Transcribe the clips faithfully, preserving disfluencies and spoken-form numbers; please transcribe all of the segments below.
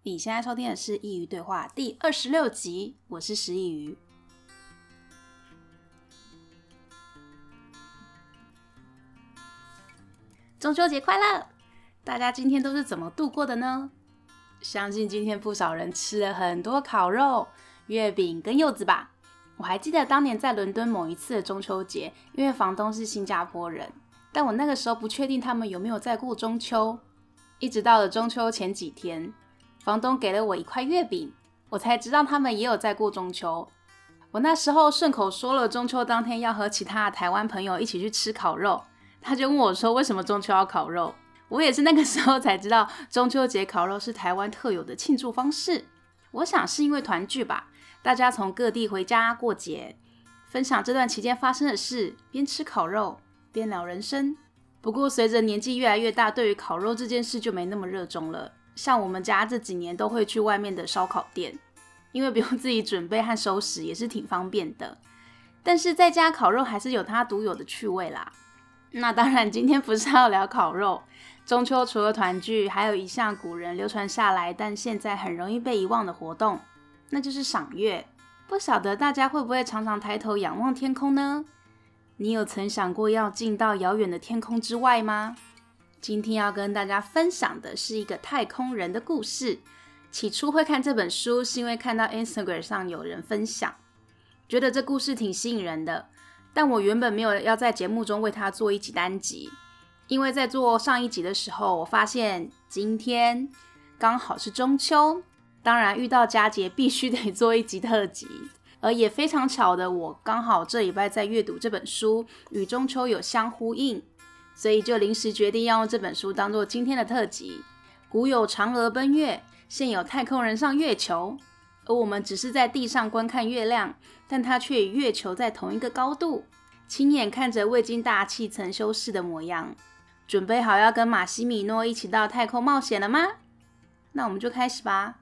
你现在收听的是一鱼对话第二十六集，我是石一鱼。中秋节快乐！大家今天都是怎么度过的呢？相信今天不少人吃了很多烤肉、月饼跟柚子吧。我还记得当年在伦敦某一次的中秋节，因为房东是新加坡人，但我那个时候不确定他们有没有在过中秋。一直到了中秋前几天，房东给了我一块月饼，我才知道他们也有在过中秋。我那时候顺口说了中秋当天要和其他的台湾朋友一起去吃烤肉，他就问我说为什么中秋要烤肉。我也是那个时候才知道中秋节烤肉是台湾特有的庆祝方式。我想是因为团聚吧，大家从各地回家过节，分享这段期间发生的事，边吃烤肉边聊人生。不过随着年纪越来越大，对于烤肉这件事就没那么热衷了。像我们家这几年都会去外面的烧烤店，因为不用自己准备和收拾，也是挺方便的。但是在家烤肉还是有它独有的趣味啦。那当然今天不是要聊烤肉，中秋除了团聚，还有一项古人流传下来但现在很容易被遗忘的活动，那就是赏月。不晓得大家会不会常常抬头仰望天空呢？你有曾想过要进到遥远的天空之外吗？今天要跟大家分享的是一个太空人的故事。起初会看这本书是因为看到 Instagram 上有人分享，觉得这故事挺吸引人的，但我原本没有要在节目中为它做一集单集，因为在做上一集的时候，我发现今天刚好是中秋，当然遇到佳节必须得做一集特辑。而也非常巧的，我刚好这礼拜在阅读这本书，与中秋有相呼应，所以就临时决定要用这本书当做今天的特辑。古有嫦娥奔月，现有太空人上月球，而我们只是在地上观看月亮，但它却与月球在同一个高度，亲眼看着未经大气层修饰的模样。准备好要跟马西米诺一起到太空冒险了吗？那我们就开始吧。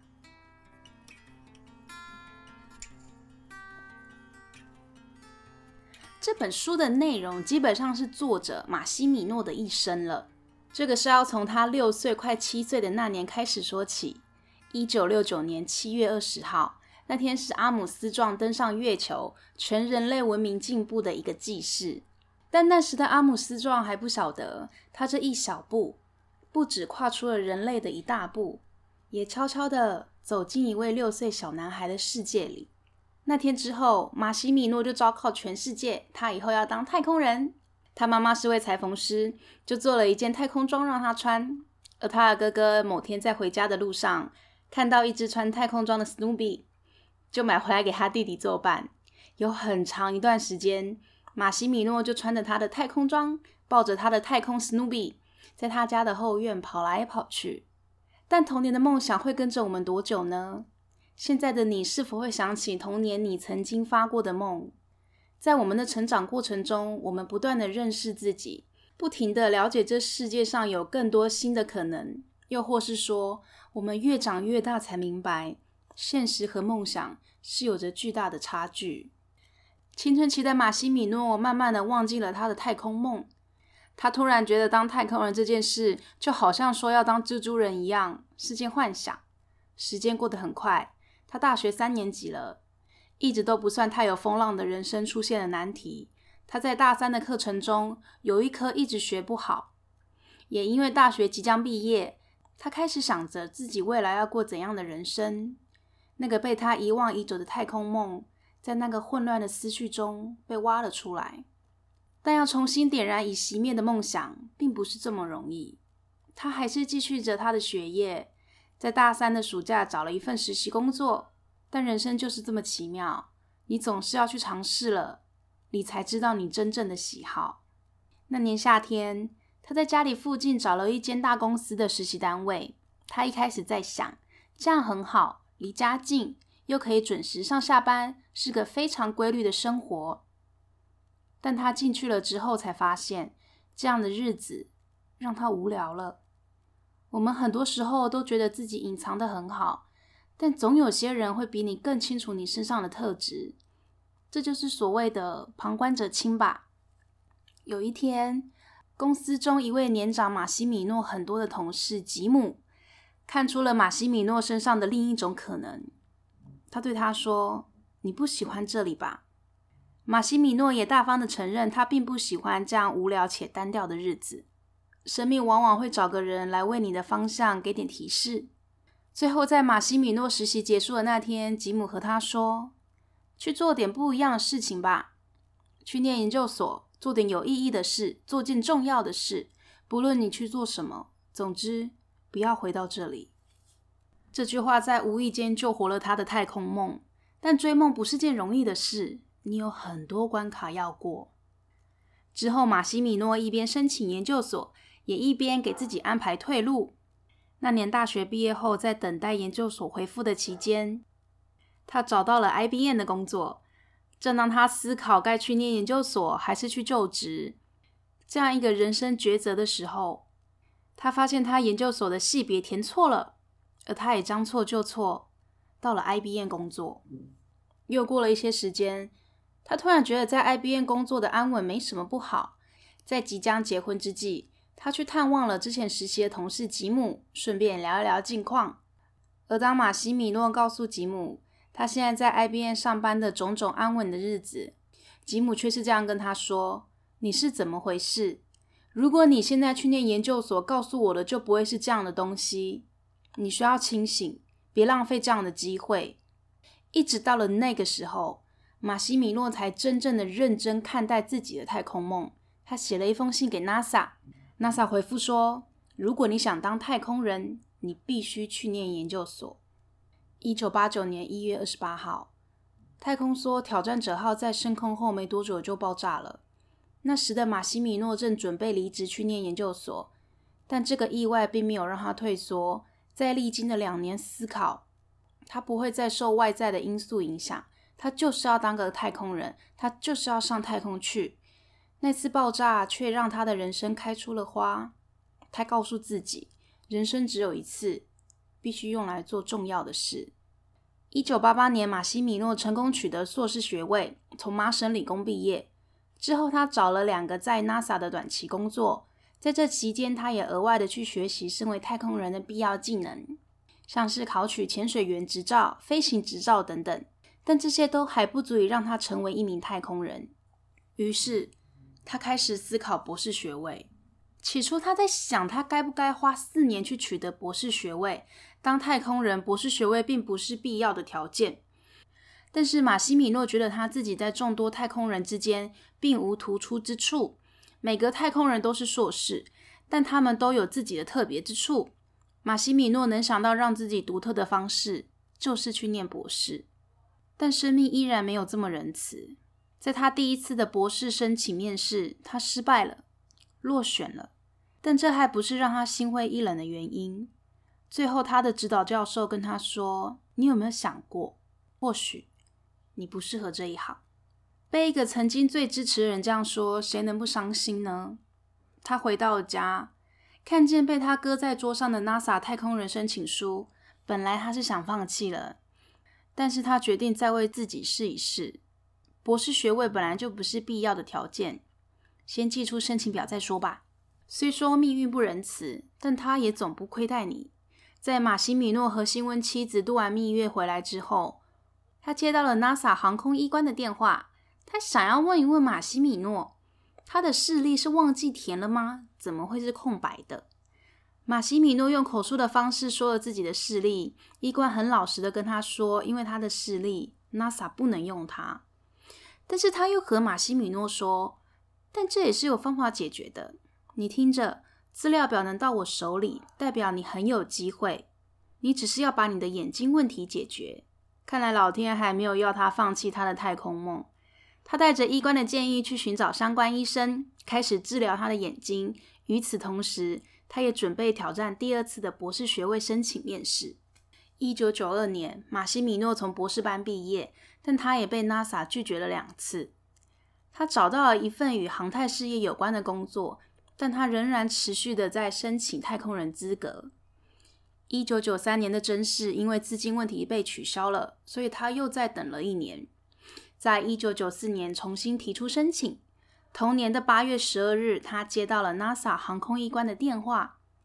这本书的内容基本上是作者马西米诺的一生了。这个是要从他六岁快七岁的那年开始说起。一九六九年七月二十号，那天是阿姆斯壮登上月球，全人类文明进步的一个记事。但那时的阿姆斯壮还不晓得，他这一小步不只跨出了人类的一大步，也悄悄地走进一位六岁小男孩的世界里。那天之后，马西米诺就昭告全世界，他以后要当太空人。他妈妈是位裁缝师，就做了一件太空装让他穿。而他的哥哥某天在回家的路上，看到一只穿太空装的 Snoopy， 就买回来给他弟弟作伴。有很长一段时间，马西米诺就穿着他的太空装，抱着他的太空 Snoopy， 在他家的后院跑来跑去。但童年的梦想会跟着我们多久呢？现在的你是否会想起童年你曾经发过的梦？在我们的成长过程中，我们不断的认识自己，不停的了解这世界上有更多新的可能，又或是说，我们越长越大才明白，现实和梦想是有着巨大的差距。青春期的马西米诺慢慢的忘记了他的太空梦，他突然觉得当太空人这件事，就好像说要当蜘蛛人一样，是件幻想。时间过得很快，他大学三年级了，一直都不算太有风浪的人生出现了难题。他在大三的课程中有一科一直学不好，也因为大学即将毕业，他开始想着自己未来要过怎样的人生。那个被他遗忘已久的太空梦，在那个混乱的思绪中被挖了出来。但要重新点燃已熄灭的梦想，并不是这么容易。他还是继续着他的学业，在大三的暑假找了一份实习工作。但人生就是这么奇妙，你总是要去尝试了，你才知道你真正的喜好。那年夏天，他在家里附近找了一间大公司的实习单位。他一开始在想，这样很好，离家近，又可以准时上下班，是个非常规律的生活。但他进去了之后才发现，这样的日子让他无聊了。我们很多时候都觉得自己隐藏得很好，但总有些人会比你更清楚你身上的特质，这就是所谓的旁观者清吧。有一天，公司中一位年长马西米诺很多的同事吉姆， 看出了马西米诺身上的另一种可能。他对他说：你不喜欢这里吧？马西米诺也大方地承认，他并不喜欢这样无聊且单调的日子。生命往往会找个人来为你的方向给点提示。最后在马西米诺实习结束的那天，吉姆和他说：去做点不一样的事情吧，去念研究所，做点有意义的事，做件重要的事，不论你去做什么，总之不要回到这里。这句话在无意间救活了他的太空梦，但追梦不是件容易的事，你有很多关卡要过。之后马西米诺一边申请研究所，也一边给自己安排退路。那年大学毕业后，在等待研究所回复的期间，他找到了 I B M 的工作。正当他思考该去念研究所还是去就职这样一个人生抉择的时候，他发现他研究所的系别填错了，而他也将错就错，到了 I B M 工作。又过了一些时间，他突然觉得在 I B M 工作的安稳没什么不好。在即将结婚之际，他去探望了之前实习的同事吉姆，顺便聊一聊近况。而当马西米诺告诉吉姆他现在在 I B M 上班的种种安稳的日子，吉姆却是这样跟他说：你是怎么回事？如果你现在去念研究所，告诉我的就不会是这样的东西。你需要清醒，别浪费这样的机会。一直到了那个时候，马西米诺才真正的认真看待自己的太空梦。他写了一封信给 NASA， NASA 回复说：如果你想当太空人，你必须去念研究所。一九八九年一月二十八号，太空梭挑战者号在升空后没多久就爆炸了。那时的马西米诺正准备离职去念研究所，但这个意外并没有让他退缩。在历经的两年思考，他不会再受外在的因素影响，他就是要当个太空人，他就是要上太空去。那次爆炸却让他的人生开出了花。他告诉自己，人生只有一次，必须用来做重要的事。一九八八年，马西米诺成功取得硕士学位，从麻省理工毕业。之后他找了两个在 NASA 的短期工作，在这期间他也额外的去学习身为太空人的必要技能，像是考取潜水员执照、飞行执照等等，但这些都还不足以让他成为一名太空人。于是他开始思考博士学位。起初他在想，他该不该花四年去取得博士学位。当太空人，博士学位并不是必要的条件。但是马西米诺觉得他自己在众多太空人之间并无突出之处。每个太空人都是硕士，但他们都有自己的特别之处。马西米诺能想到让自己独特的方式，就是去念博士。但生命依然没有这么仁慈。在他第一次的博士申请面试，他失败了，落选了。但这还不是让他心灰意冷的原因。最后他的指导教授跟他说：你有没有想过，或许你不适合这一行。被一个曾经最支持的人这样说，谁能不伤心呢？他回到了家，看见被他搁在桌上的 NASA 太空人申请书，本来他是想放弃了，但是他决定再为自己试一试。博士学位本来就不是必要的条件，先寄出申请表再说吧。虽说命运不仁慈，但他也总不亏待你。在马西米诺和新婚妻子度完蜜月回来之后，他接到了 NASA 航空医官的电话，他想要问一问马西米诺，他的视力是忘记填了吗？怎么会是空白的？马西米诺用口述的方式说了自己的视力，医官很老实的跟他说，因为他的视力 NASA 不能用他。但是他又和马西米诺说，但这也是有方法解决的。你听着，资料表能到我手里，代表你很有机会，你只是要把你的眼睛问题解决。看来老天还没有要他放弃他的太空梦。他带着医官的建议去寻找相关医生，开始治疗他的眼睛。与此同时，他也准备挑战第二次的博士学位申请面试。一九九二年，马西米诺从博士班毕业，但他也被 NASA 拒绝了两次。他找到了一份与航太事业有关的工作，但他仍然持续的在申请太空人资格。一九九三年的甄试因为资金问题被取消了，所以他又再等了一年。在一九九四年重新提出申请。同年的八月十二日，他接到了 NASA 航空医官的电话。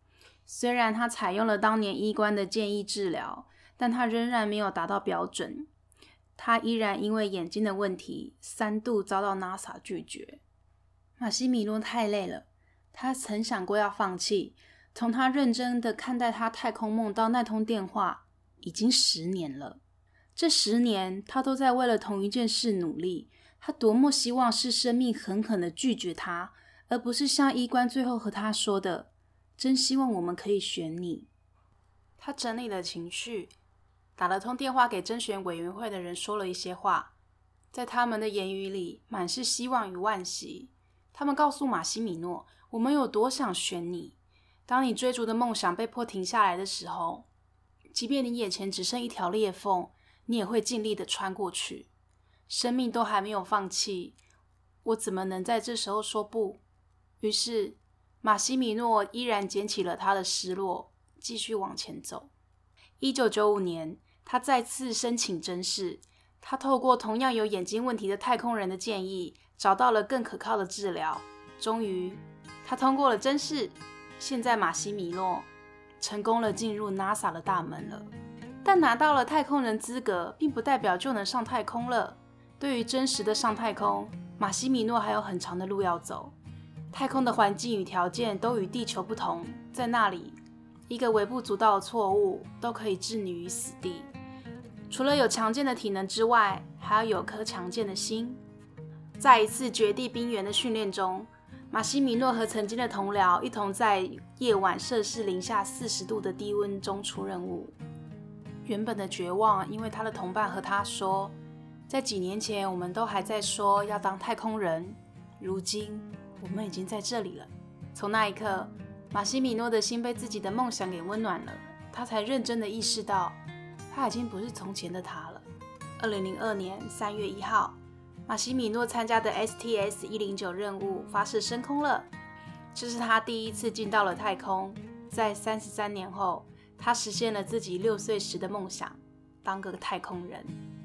虽然他采用了当年医官的建议治疗，但他仍然没有达到标准。他依然因为眼睛的问题，三度遭到 NASA 拒绝。马西米诺太累了，他曾想过要放弃。从他认真的看待他太空梦到那通电话，已经十年了。这十年，他都在为了同一件事努力。他多么希望是生命狠狠的拒绝他，而不是像医官最后和他说的，真希望我们可以选你。他整理了情绪，打了通电话给甄选委员会的人说了一些话，在他们的言语里满是希望与惋惜。他们告诉马西米诺，我们有多想选你。当你追逐的梦想被迫停下来的时候，即便你眼前只剩一条裂缝，你也会尽力的穿过去。生命都还没有放弃，我怎么能在这时候说不？于是马西米诺依然捡起了他的失落，继续往前走。一九九五年，他再次申请甄试。他透过同样有眼睛问题的太空人的建议，找到了更可靠的治疗。终于，他通过了甄试。现在马西米诺成功了进入 NASA 的大门了。但拿到了太空人资格，并不代表就能上太空了。对于真实的上太空，马西米诺还有很长的路要走。太空的环境与条件都与地球不同，在那里，一个微不足道的错误都可以置你于死地。除了有强健的体能之外，还要有颗强健的心。在一次绝地冰原的训练中，马西米诺和曾经的同僚一同在夜晚摄氏零下四十度的低温中出任务。原本的绝望，因为他的同伴和他说，在几年前我们都还在说要当太空人，如今我们已经在这里了。从那一刻，马西米诺的心被自己的梦想给温暖了，他才认真的意识到，他已经不是从前的他了。二零零二年三月一号，马西米诺参加的 S T S 一零九 任务发射升空了，这是他第一次进到了太空。在三十三年后，他实现了自己六岁时的梦想，当个太空人。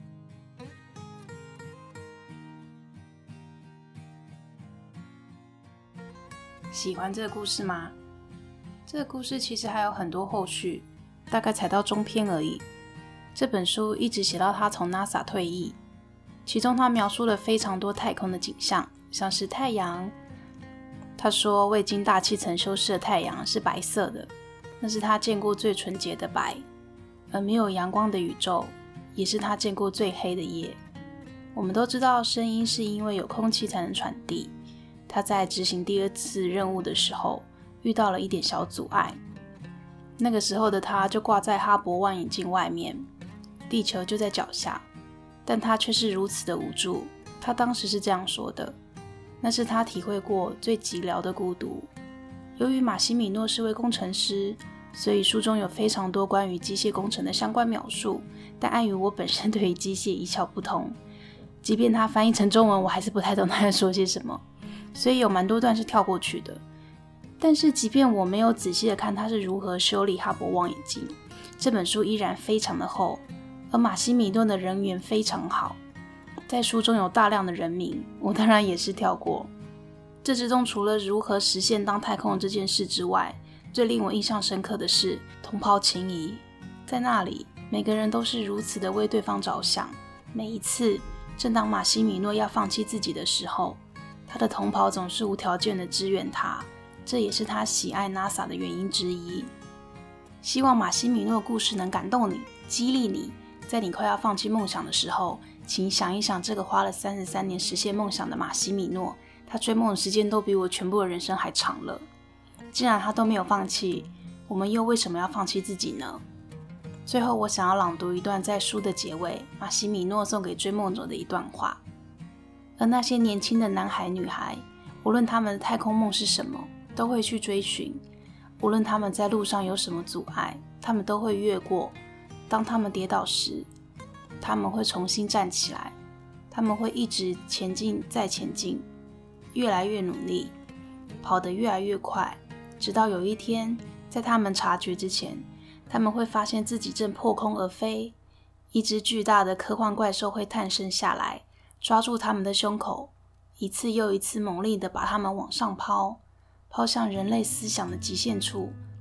喜欢这个故事吗？这个故事其实还有很多后续，大概才到中篇而已。这本书一直写到他从 NASA 退役，其中他描述了非常多太空的景象，像是太阳。他说未经大气层修饰的太阳是白色的，那是他见过最纯洁的白，而没有阳光的宇宙也是他见过最黑的夜。我们都知道声音是因为有空气才能传递，他在执行第二次任务的时候遇到了一点小阻碍，那个时候的他就挂在哈勃望远镜外面，地球就在脚下，但他却是如此的无助。他当时是这样说的，那是他体会过最寂寥的孤独。由于马西米诺是位工程师，所以书中有非常多关于机械工程的相关描述，但碍于我本身对于机械一窍不通，即便他翻译成中文，我还是不太懂他在说些什么，所以有蛮多段是跳过去的。但是即便我没有仔细的看他是如何修理哈勃望远镜，这本书依然非常的厚，而马西米诺的人缘非常好。在书中有大量的人名，我当然也是跳过。这之中除了如何实现当太空人这件事之外，最令我印象深刻的是同袍情谊。在那里，每个人都是如此的为对方着想。每一次，正当马西米诺要放弃自己的时候，他的同袍总是无条件的支援他，这也是他喜爱 NASA 的原因之一。希望马西米诺的故事能感动你，激励你，在你快要放弃梦想的时候，请想一想这个花了三十三年实现梦想的马西米诺，他追梦的时间都比我全部的人生还长了。既然他都没有放弃，我们又为什么要放弃自己呢？最后我想要朗读一段在书的结尾，马西米诺送给追梦者的一段话。而那些年轻的男孩女孩，无论他们的太空梦是什么，都会去追寻。无论他们在路上有什么阻碍，他们都会越过。当他们跌倒时，他们会重新站起来，他们会一直前进再前进，越来越努力，跑得越来越快，直到有一天，在他们察觉之前，他们会发现自己正破空而飞。一只巨大的科幻怪兽会诞生下来，抓住他们的胸口，一次又一次猛力地把他们往上抛，抛向人类思想的极限处。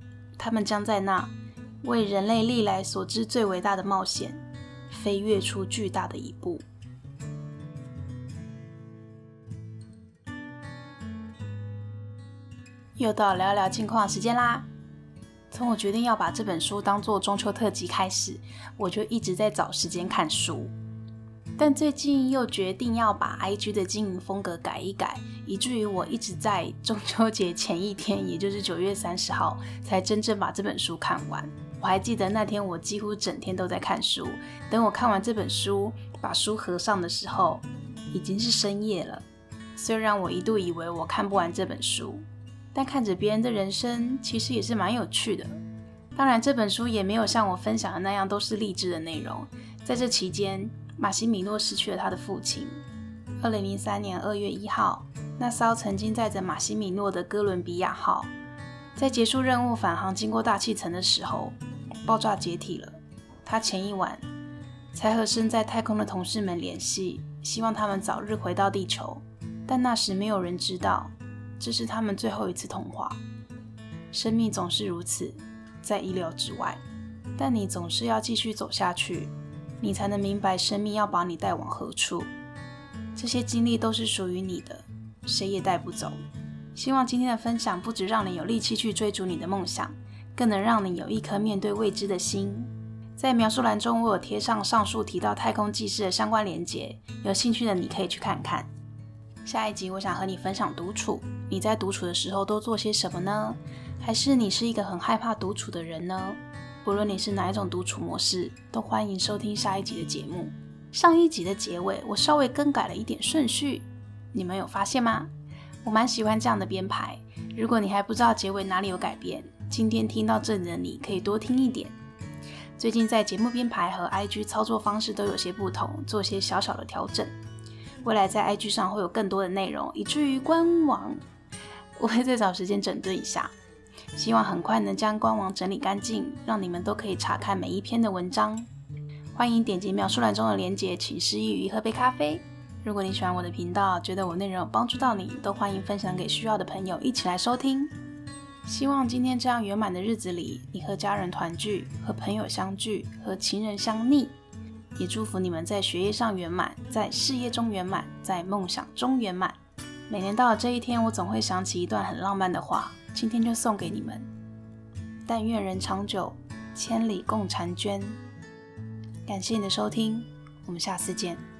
他们将在那为人类历来所知最伟大的冒险飞跃出巨大的一步。又到聊聊近况的时间啦。从我决定要把这本书当作中秋特辑开始，我就一直在找时间看书。但最近又决定要把 I G 的经营风格改一改，以至于我一直在中秋节前一天，也就是九月三十号，才真正把这本书看完。我还记得那天我几乎整天都在看书，等我看完这本书，把书合上的时候，已经是深夜了。虽然我一度以为我看不完这本书，但看着别人的人生，其实也是蛮有趣的。当然，这本书也没有像我分享的那样都是励志的内容。在这期间，马西米诺失去了他的父亲。二零零三年二月一号，那艘曾经载着马西米诺的哥伦比亚号，在结束任务返航经过大气层的时候，爆炸解体了。他前一晚才和身在太空的同事们联系，希望他们早日回到地球，但那时没有人知道，这是他们最后一次通话。生命总是如此，在意料之外，但你总是要继续走下去，你才能明白生命要把你带往何处。这些经历都是属于你的，谁也带不走。希望今天的分享不只让你有力气去追逐你的梦想，更能让你有一颗面对未知的心。在描述栏中我有贴上上述提到太空记事的相关连结，有兴趣的你可以去看看。下一集我想和你分享独处，你在独处的时候都做些什么呢？还是你是一个很害怕独处的人呢？不论你是哪一种独处模式，都欢迎收听下一集的节目。上一集的结尾我稍微更改了一点顺序，你们有发现吗？我蛮喜欢这样的编排。如果你还不知道结尾哪里有改变，今天听到这里的你可以多听一点。最近在节目编排和 I G 操作方式都有些不同，做些小小的调整。未来在 I G 上会有更多的内容，以至于官网我会再找时间整顿一下。希望很快能将官网整理干净，让你们都可以查看每一篇的文章。欢迎点击描述栏中的连结，请示意鱼喝杯咖啡。如果你喜欢我的频道，觉得我内容有帮助到你，都欢迎分享给需要的朋友一起来收听。希望今天这样圆满的日子里，你和家人团聚，和朋友相聚，和情人相腻。也祝福你们在学业上圆满，在事业中圆满，在梦想中圆满。每年到了这一天，我总会想起一段很浪漫的话，今天就送给你们。但愿人长久，千里共婵娟。感谢你的收听，我们下次见。